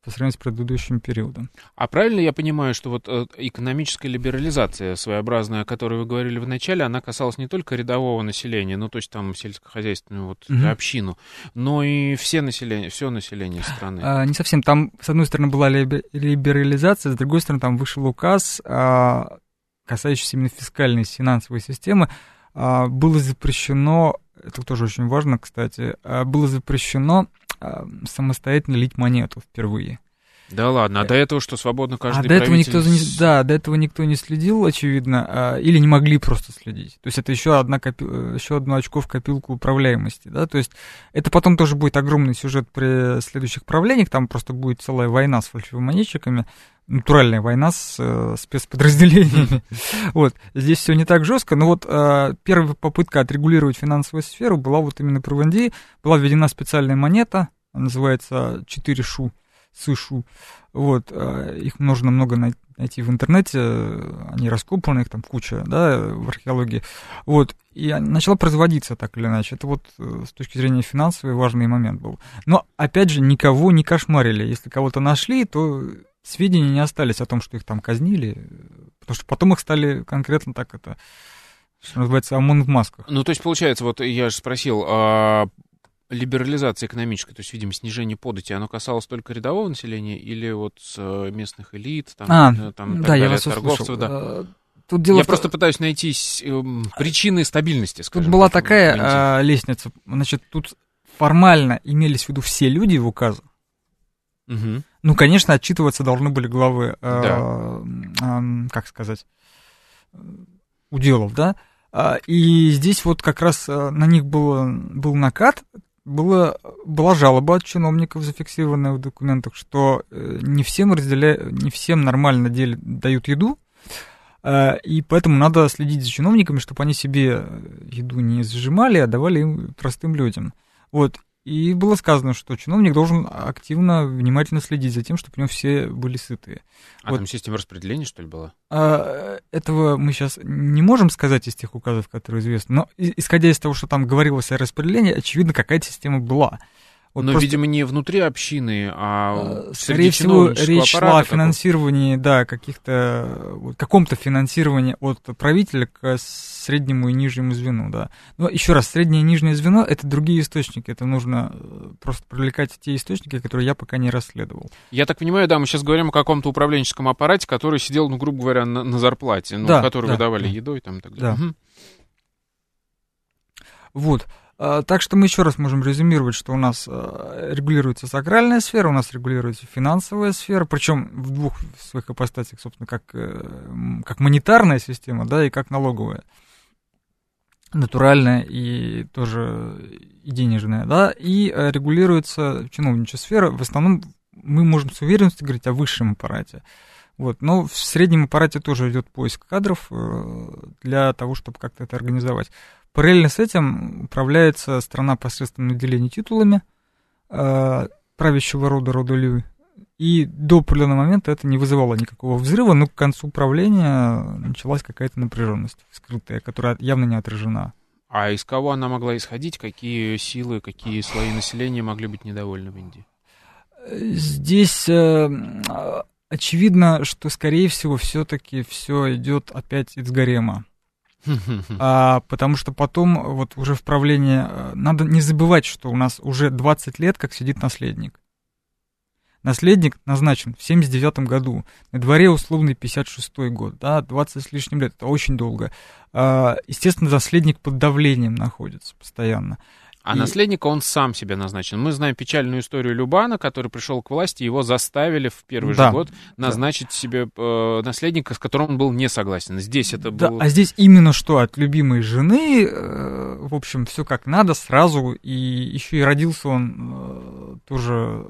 Speaker 3: по сравнению с предыдущим периодом.
Speaker 2: А правильно я понимаю, что вот экономическая либерализация своеобразная, о которой вы говорили в начале, она касалась не только рядового населения, ну, то есть там сельскохозяйственную вот угу. общину, но и все население, все население страны?
Speaker 3: А, не совсем. Там, с одной стороны, была либерализация, с другой стороны, там вышел указ, а, касающийся именно фискальной и финансовой системы. А, было запрещено, это тоже очень важно, кстати, а, было запрещено а, самостоятельно лить монету впервые.
Speaker 2: Да ладно, а до этого что, свободно каждый
Speaker 3: а до этого
Speaker 2: правитель...
Speaker 3: никто не, да, до этого никто не следил, очевидно, а, или не могли просто следить. То есть это еще, одна копи... еще одно очко в копилку управляемости, да, то есть это потом тоже будет огромный сюжет при следующих правлениях, там просто будет целая война с фальшивомонетчиками, натуральная война с э, спецподразделениями. Вот. Здесь все не так жестко, но вот э, первая попытка отрегулировать финансовую сферу была вот именно при Венди, была введена специальная монета, называется четыре шу, Сышу. Вот, их можно много найти в интернете, они раскопаны, их там куча, да, в археологии. Вот, и начала производиться так или иначе. Это вот с точки зрения финансовой важный момент был. Но, опять же, никого не кошмарили. Если кого-то нашли, то сведения не остались о том, что их там казнили, потому что потом их стали конкретно так это, что называется, ОМОН в масках.
Speaker 2: Ну, то есть, получается, вот я же спросил, а... либерализация экономическая, то есть, видимо, снижение подати, оно касалось только рядового населения или вот местных элит, там,
Speaker 3: а,
Speaker 2: там
Speaker 3: да,
Speaker 2: далее,
Speaker 3: я вас
Speaker 2: торговцев,
Speaker 3: услышал.
Speaker 2: Да.
Speaker 3: Тут дело
Speaker 2: я
Speaker 3: в...
Speaker 2: просто пытаюсь найти э, причины стабильности, скажем.
Speaker 3: Тут была так, такая а, лестница, значит, тут формально имелись в виду все люди в указах.
Speaker 2: Угу.
Speaker 3: Ну, конечно, отчитываться должны были главы,
Speaker 2: да.
Speaker 3: э, э, как сказать, уделов, да. И здесь вот как раз на них было, был накат, было, была жалоба от чиновников, зафиксированная в документах, что не всем, разделяют, не всем нормально делят, дают еду, и поэтому надо следить за чиновниками, чтобы они себе еду не сжимали, а давали им простым людям. Вот. И было сказано, что чиновник должен активно, внимательно следить за тем, чтобы у него все были сытые.
Speaker 2: А вот. Там система распределения, что ли, была?
Speaker 3: А, этого мы сейчас не можем сказать из тех указов, которые известны, но исходя из того, что там говорилось о распределении, очевидно, какая-то система была. Вот
Speaker 2: но,
Speaker 3: просто,
Speaker 2: видимо, не внутри общины, а
Speaker 3: скорее всего, речь шла о финансировании, да, каких-то, вот, каком-то финансировании от правителя к среднему и нижнему звену, да. Но еще раз, среднее и нижнее звено — это другие источники, это нужно просто привлекать те источники, которые я пока не расследовал.
Speaker 2: Я так понимаю, да, мы сейчас говорим о каком-то управленческом аппарате, который сидел, ну, грубо говоря, на, на зарплате, ну,
Speaker 3: да,
Speaker 2: который
Speaker 3: да,
Speaker 2: выдавали
Speaker 3: да.
Speaker 2: едой там и так далее.
Speaker 3: Да. Угу. Вот. Так что мы еще раз можем резюмировать, что у нас регулируется сакральная сфера, у нас регулируется финансовая сфера, причем в двух своих ипостасях, собственно, как, как монетарная система, да, и как налоговая, натуральная и тоже и денежная, да, и регулируется чиновничья сфера. В основном мы можем с уверенностью говорить о высшем аппарате. Вот, но в среднем аппарате тоже идет поиск кадров для того, чтобы как-то это организовать. Параллельно с этим управляется страна посредством наделения титулами э, правящего рода, рода Лю. И до определенного момента это не вызывало никакого взрыва, но к концу правления началась какая-то напряженность скрытая, которая явно не отражена.
Speaker 2: А из кого она могла исходить? Какие силы, какие слои населения могли быть недовольны в Индии?
Speaker 3: Здесь э, очевидно, что, скорее всего, все-таки все идет опять из гарема. А, потому что потом, вот уже в правлении, надо не забывать, что у нас уже двадцать лет как сидит наследник. Наследник назначен в семьдесят девятом году, на дворе условный пятьдесят шестой год, да, двадцать с лишним лет, это очень долго. А, естественно, наследник под давлением находится постоянно.
Speaker 2: А
Speaker 3: и...
Speaker 2: наследника он сам себе назначен. Мы знаем печальную историю Любана, который пришел к власти, его заставили в первый
Speaker 3: да,
Speaker 2: же год назначить да. себе э, наследника, с которым он был не согласен. Здесь это
Speaker 3: да,
Speaker 2: было...
Speaker 3: А здесь именно что, от любимой жены, э, в общем, все как надо сразу, и еще и родился он э, тоже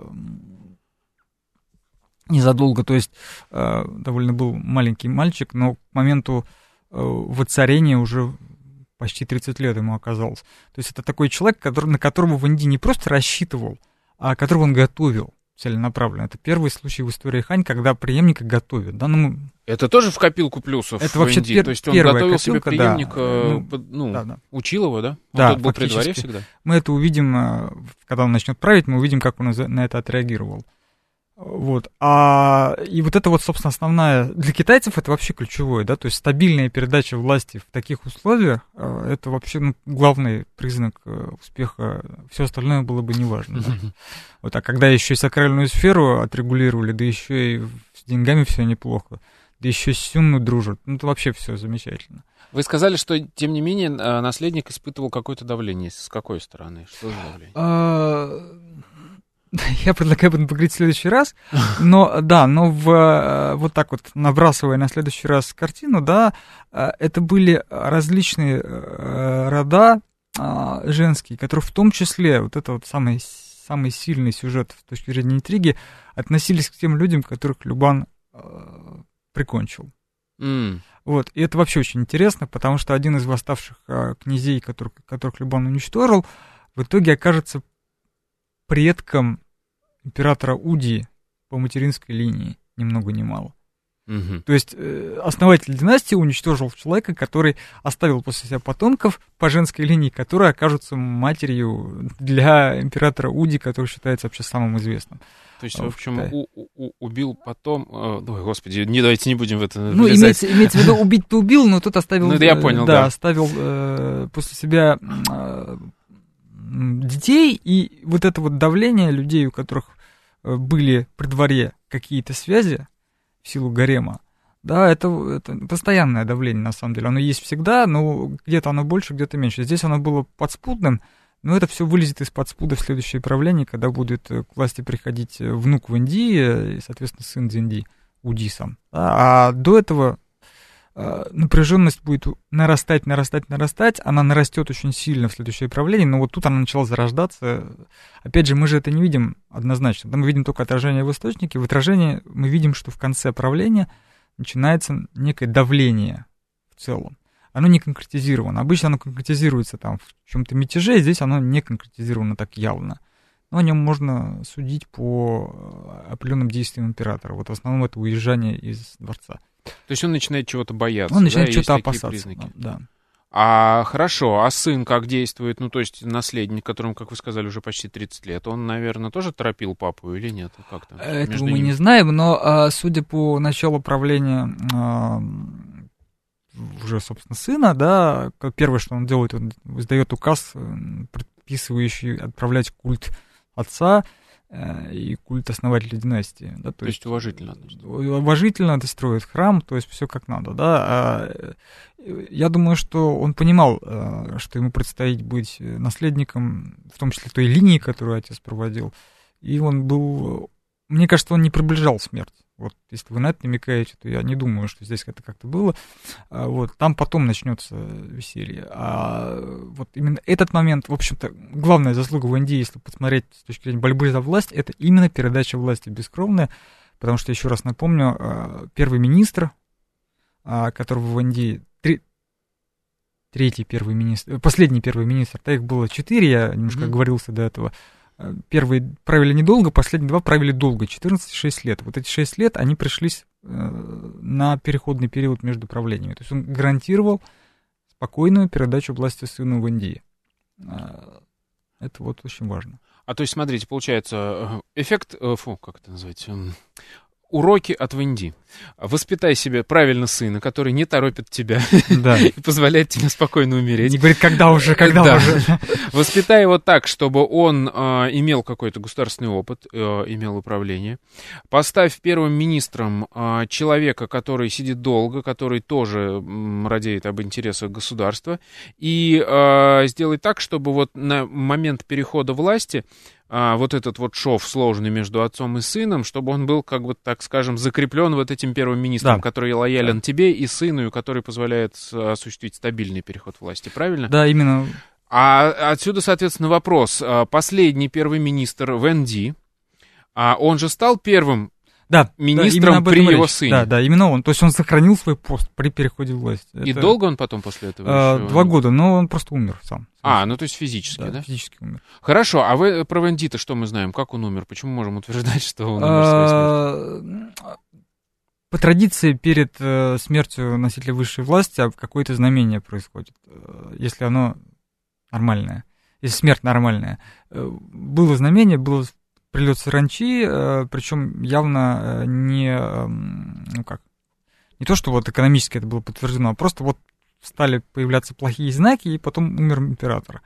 Speaker 3: незадолго, то есть э, довольно был маленький мальчик, но к моменту э, воцарения уже... Почти тридцать лет ему оказалось. То есть это такой человек, который, на которого в Индии не просто рассчитывал, а которого он готовил целенаправленно. Это первый случай в истории Хань, когда преемника готовят. Да, ну,
Speaker 2: это тоже в копилку плюсов
Speaker 3: это
Speaker 2: в
Speaker 3: вообще
Speaker 2: Индии?
Speaker 3: Пер-
Speaker 2: То есть он готовил себе преемника,
Speaker 3: да,
Speaker 2: ну,
Speaker 3: да, да.
Speaker 2: учил его, да? Он
Speaker 3: да,
Speaker 2: тут был при дворе всегда?
Speaker 3: Мы это увидим, когда он начнет править, мы увидим, как он на это отреагировал. Вот. А, и вот это вот, собственно, основная... Для китайцев это вообще ключевое, да, то есть стабильная передача власти в таких условиях, это вообще ну, главный признак успеха, все остальное было бы неважно. Да? Вот, а когда еще и сакральную сферу отрегулировали, да еще и с деньгами все неплохо, да еще с Сюнну дружат, ну, это вообще все замечательно.
Speaker 2: Вы сказали, что, тем не менее, наследник испытывал какое-то давление. С какой стороны? Что за давление?
Speaker 3: Я предлагаю об этом поговорить в следующий раз, но да, но в, вот так вот набрасывая на следующий раз картину, да, это были различные рода женские, которые в том числе, вот это вот самый, самый сильный сюжет с точки зрения интриги, относились к тем людям, которых Любан прикончил.
Speaker 2: Mm.
Speaker 3: Вот, и это вообще очень интересно, потому что один из восставших князей, которых, которых Любан уничтожил, в итоге окажется предком императора Уди по материнской линии, ни много ни мало.
Speaker 2: Угу.
Speaker 3: То есть э, основатель династии уничтожил человека, который оставил после себя потомков по женской линии, которые окажутся матерью для императора Уди, который считается вообще самым известным.
Speaker 2: То есть, в общем, у, у, убил потом... Ой, господи, не, давайте не будем в это
Speaker 3: Ну, имеется, имеется в виду, убить-то убил, но тут оставил...
Speaker 2: Ну, это я понял,
Speaker 3: да.
Speaker 2: да.
Speaker 3: оставил э, после себя... Э, детей, и вот это вот давление людей, у которых были при дворе какие-то связи в силу гарема, да, это, это постоянное давление, на самом деле. Оно есть всегда, но где-то оно больше, где-то меньше. Здесь оно было подспудным, но это все вылезет из подспуда в следующее правление, когда будет к власти приходить внук Вэнди и, соответственно, сын Цзиньди, Уди сам. Да, а до этого напряженность будет нарастать, нарастать, нарастать, она нарастет очень сильно в следующее правление, но вот тут она начала зарождаться. Опять же, мы же это не видим однозначно, мы видим только отражение в источнике, в отражении мы видим, что в конце правления начинается некое давление в целом. Оно не конкретизировано. Обычно оно конкретизируется там в чем-то мятеже, здесь оно не конкретизировано так явно. Но о нем можно судить по определенным действиям императора. Вот в основном это уезжание из дворца.
Speaker 2: То есть он начинает чего-то бояться,
Speaker 3: Он начинает
Speaker 2: да?
Speaker 3: чего-то
Speaker 2: Есть
Speaker 3: опасаться,
Speaker 2: признаки.
Speaker 3: Да.
Speaker 2: А хорошо, а сын как действует? Ну, то есть наследник, которому, как вы сказали, уже почти тридцать лет, он, наверное, тоже торопил папу или нет? Как там?
Speaker 3: Этого мы ними? не знаем, но судя по началу правления уже, собственно, сына, да, первое, что он делает, он издает указ, предписывающий отправлять культ отца и культ основателя династии. Да, то,
Speaker 2: то есть уважительно относится.
Speaker 3: Уважительно это строит храм, то есть все как надо, да. Я думаю, что он понимал, что ему предстоит быть наследником, в том числе той линии, которую отец проводил, и он был... Мне кажется, он не приближал смерть. Вот, если вы на это намекаете, то я не думаю, что здесь это как-то было. Вот, там потом начнется веселье. А вот именно этот момент, в общем-то, главная заслуга Вэнди, если посмотреть с точки зрения борьбы за власть, это именно передача власти бескровная, потому что, еще раз напомню, первый министр, которого Вэнди, три, третий первый министр, последний первый министр, да, их было четыре, я немножко mm-hmm. оговорился до этого. Первые правили недолго, последние два правили долго, четырнадцать и шесть лет. Вот эти шесть лет, они пришлись на переходный период между правлениями. То есть он гарантировал спокойную передачу власти сыну Вэнди. Это вот очень важно.
Speaker 2: А то есть, смотрите, получается, эффект, фу, как это назвать, уроки от Вэнди. Воспитай себе правильно сына, который не торопит тебя
Speaker 3: да.
Speaker 2: и позволяет тебе спокойно умереть.
Speaker 3: Не говорит, когда уже, когда
Speaker 2: да.
Speaker 3: уже.
Speaker 2: Воспитай его так, чтобы он э, имел какой-то государственный опыт, э, имел управление. Поставь первым министром э, человека, который сидит долго, который тоже э, радеет об интересах государства. И э, сделай так, чтобы вот на момент перехода власти А, вот этот вот шов, сложный между отцом и сыном, чтобы он был, как бы, так скажем, закреплен вот этим первым министром, да. который лоялен да. тебе и сыну, и который позволяет осуществить стабильный переход власти, правильно?
Speaker 3: Да, именно.
Speaker 2: А отсюда, соответственно, вопрос. Последний первый министр Вэнди, а он же стал первым
Speaker 3: да,
Speaker 2: министром
Speaker 3: да,
Speaker 2: при его
Speaker 3: речь.
Speaker 2: сыне.
Speaker 3: Да, да, именно он. То есть он сохранил свой пост при переходе власти.
Speaker 2: И
Speaker 3: Это...
Speaker 2: долго он потом после этого?
Speaker 3: А,
Speaker 2: еще...
Speaker 3: Два года, но он просто умер сам.
Speaker 2: А, ну то есть физически, да?
Speaker 3: Да, физически умер.
Speaker 2: Хорошо, а вы про Вэнди-то что мы знаем? Как он умер? Почему можем утверждать, что он умер своей смертью?
Speaker 3: По традиции, перед смертью носителя высшей власти какое-то знамение происходит, если оно нормальное, если смерть нормальная. Было знамение, было прилет саранчи, причем явно не, ну как, не то, что вот экономически это было подтверждено, а просто вот стали появляться плохие знаки, и потом умер император.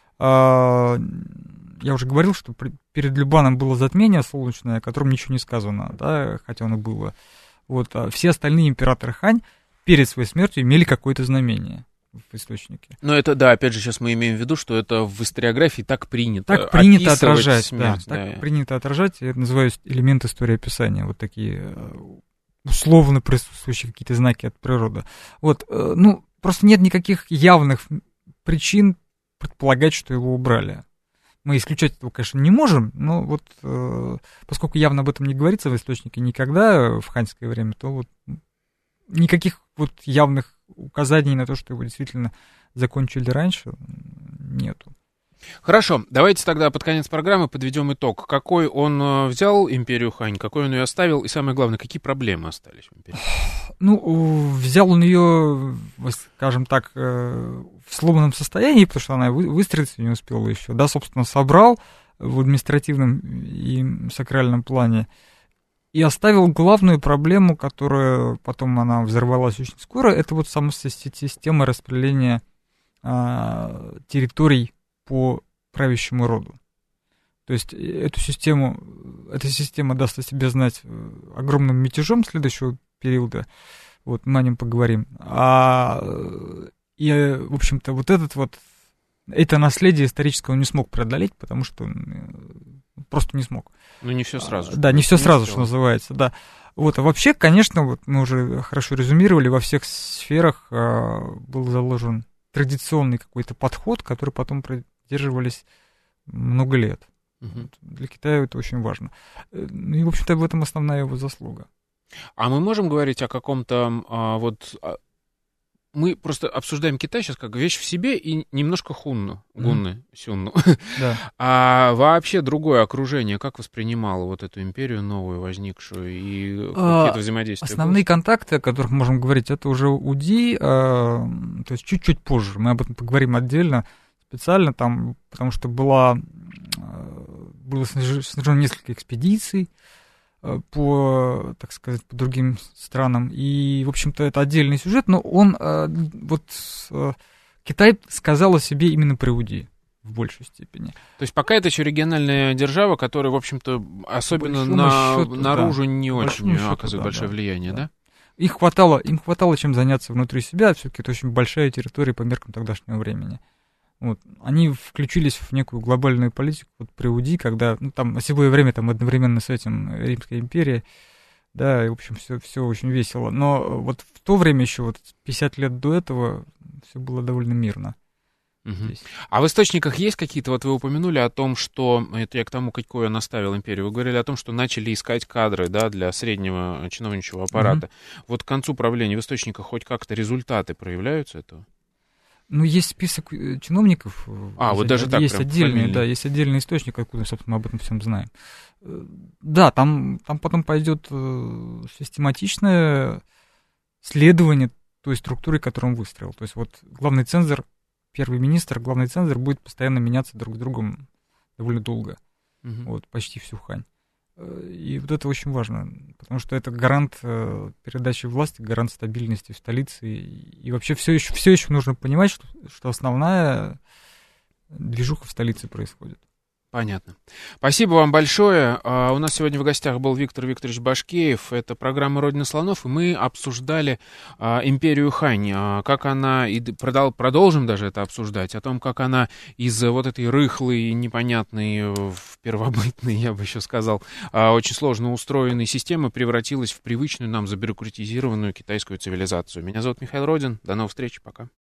Speaker 3: Я уже говорил, что перед Любаном было затмение солнечное, о котором ничего не сказано, да, хотя оно было. Вот, а все остальные императоры Хань перед своей смертью имели какое-то знамение в источнике.
Speaker 2: Но это, да, опять же, сейчас мы имеем в виду, что это в историографии так принято.
Speaker 3: Так принято отражать,
Speaker 2: смерть,
Speaker 3: да,
Speaker 2: да.
Speaker 3: Так принято отражать, я это называю элемент истории описания, вот такие условно присутствующие какие-то знаки от природы. Вот, ну, просто нет никаких явных причин предполагать, что его убрали. Мы исключать этого, конечно, не можем, но вот э, поскольку явно об этом не говорится в источнике никогда в ханьское время, то вот никаких вот явных указаний на то, что его действительно закончили раньше, нету.
Speaker 2: Хорошо, давайте тогда под конец программы подведем итог. Какой он взял империю Хань, какой он ее оставил, и самое главное, какие проблемы остались в империи?
Speaker 3: Ну, взял он ее, скажем так, в сломанном состоянии, потому что она выстроиться не успела еще, да, собственно, собрал в административном и сакральном плане, и оставил главную проблему, которая потом она взорвалась очень скоро, это вот сама система распределения а, территорий по правящему роду. То есть эту систему, эта система даст о себе знать огромным мятежом следующего периода, вот мы о нем поговорим. А, и, в общем-то, вот этот вот, это наследие историческое он не смог преодолеть, потому что просто не смог.
Speaker 2: Ну, не все сразу.
Speaker 3: А, да, не все сразу, что называется, да. Вот, а вообще, конечно, вот мы уже хорошо резюмировали, во всех сферах а, был заложен традиционный какой-то подход, который потом продерживались много лет.
Speaker 2: Угу.
Speaker 3: Вот. Для Китая это очень важно. Ну и, в общем-то, в этом основная его заслуга.
Speaker 2: А мы можем говорить о каком-то а, вот... А, мы просто обсуждаем Китай сейчас как вещь в себе и немножко хунну, гунны, mm. сюнну.
Speaker 3: Да.
Speaker 2: А вообще другое окружение как воспринимало вот эту империю новую, возникшую, и а, какие-то взаимодействия?
Speaker 3: Основные
Speaker 2: были?
Speaker 3: контакты, о которых мы можем говорить, это уже УДИ, а, то есть чуть-чуть позже. Мы об этом поговорим отдельно, специально, там, потому что была, было снаряжено несколько экспедиций по, так сказать, по другим странам. И, в общем-то, это отдельный сюжет, но он, вот, Китай сказал о себе именно при УДИ в большей степени.
Speaker 2: То есть пока это еще региональная держава, которая, в общем-то, особенно на, счету, наружу да. не очень оказывает счету, большое да, влияние, да? да?
Speaker 3: Их хватало, им хватало чем заняться внутри себя, все-таки это очень большая территория по меркам тогдашнего времени. Вот. Они включились в некую глобальную политику вот при УДИ, когда, ну, там, осевое время там одновременно с этим Римская империя, да, и, в общем, все, все очень весело. Но вот в то время еще, вот пятьдесят лет до этого, все было довольно мирно.
Speaker 2: Угу. А в источниках есть какие-то, вот вы упомянули о том, что, это я к тому, какую он оставил империю, вы говорили о том, что начали искать кадры, да, для среднего чиновничьего аппарата. Угу. Вот к концу правления в источниках хоть как-то результаты проявляются этого?
Speaker 3: Ну, есть список чиновников.
Speaker 2: А,
Speaker 3: есть,
Speaker 2: вот даже так,
Speaker 3: есть отдельный, да, есть отдельный источник, откуда, собственно, мы об этом всем знаем. Да, там, там потом пойдет систематичное следование той структуры, которую он выстроил. То есть вот главный цензор, первый министр, главный цензор будет постоянно меняться друг с другом довольно долго. Угу. Вот, почти всю Хань. И вот это очень важно, потому что это гарант передачи власти, гарант стабильности в столице. И вообще все еще, все еще нужно понимать, что, что основная движуха в столице происходит.
Speaker 2: Понятно. Спасибо вам большое. У нас сегодня в гостях был Виктор Викторович Башкеев. Это программа «Родина слонов», и мы обсуждали империю Хань, как она, и продолжим даже это обсуждать, о том, как она из вот этой рыхлой, непонятной, первобытной, я бы еще сказал, очень сложно устроенной системы превратилась в привычную нам забюрократизированную китайскую цивилизацию. Меня зовут Михаил Родин. До новых встреч. Пока.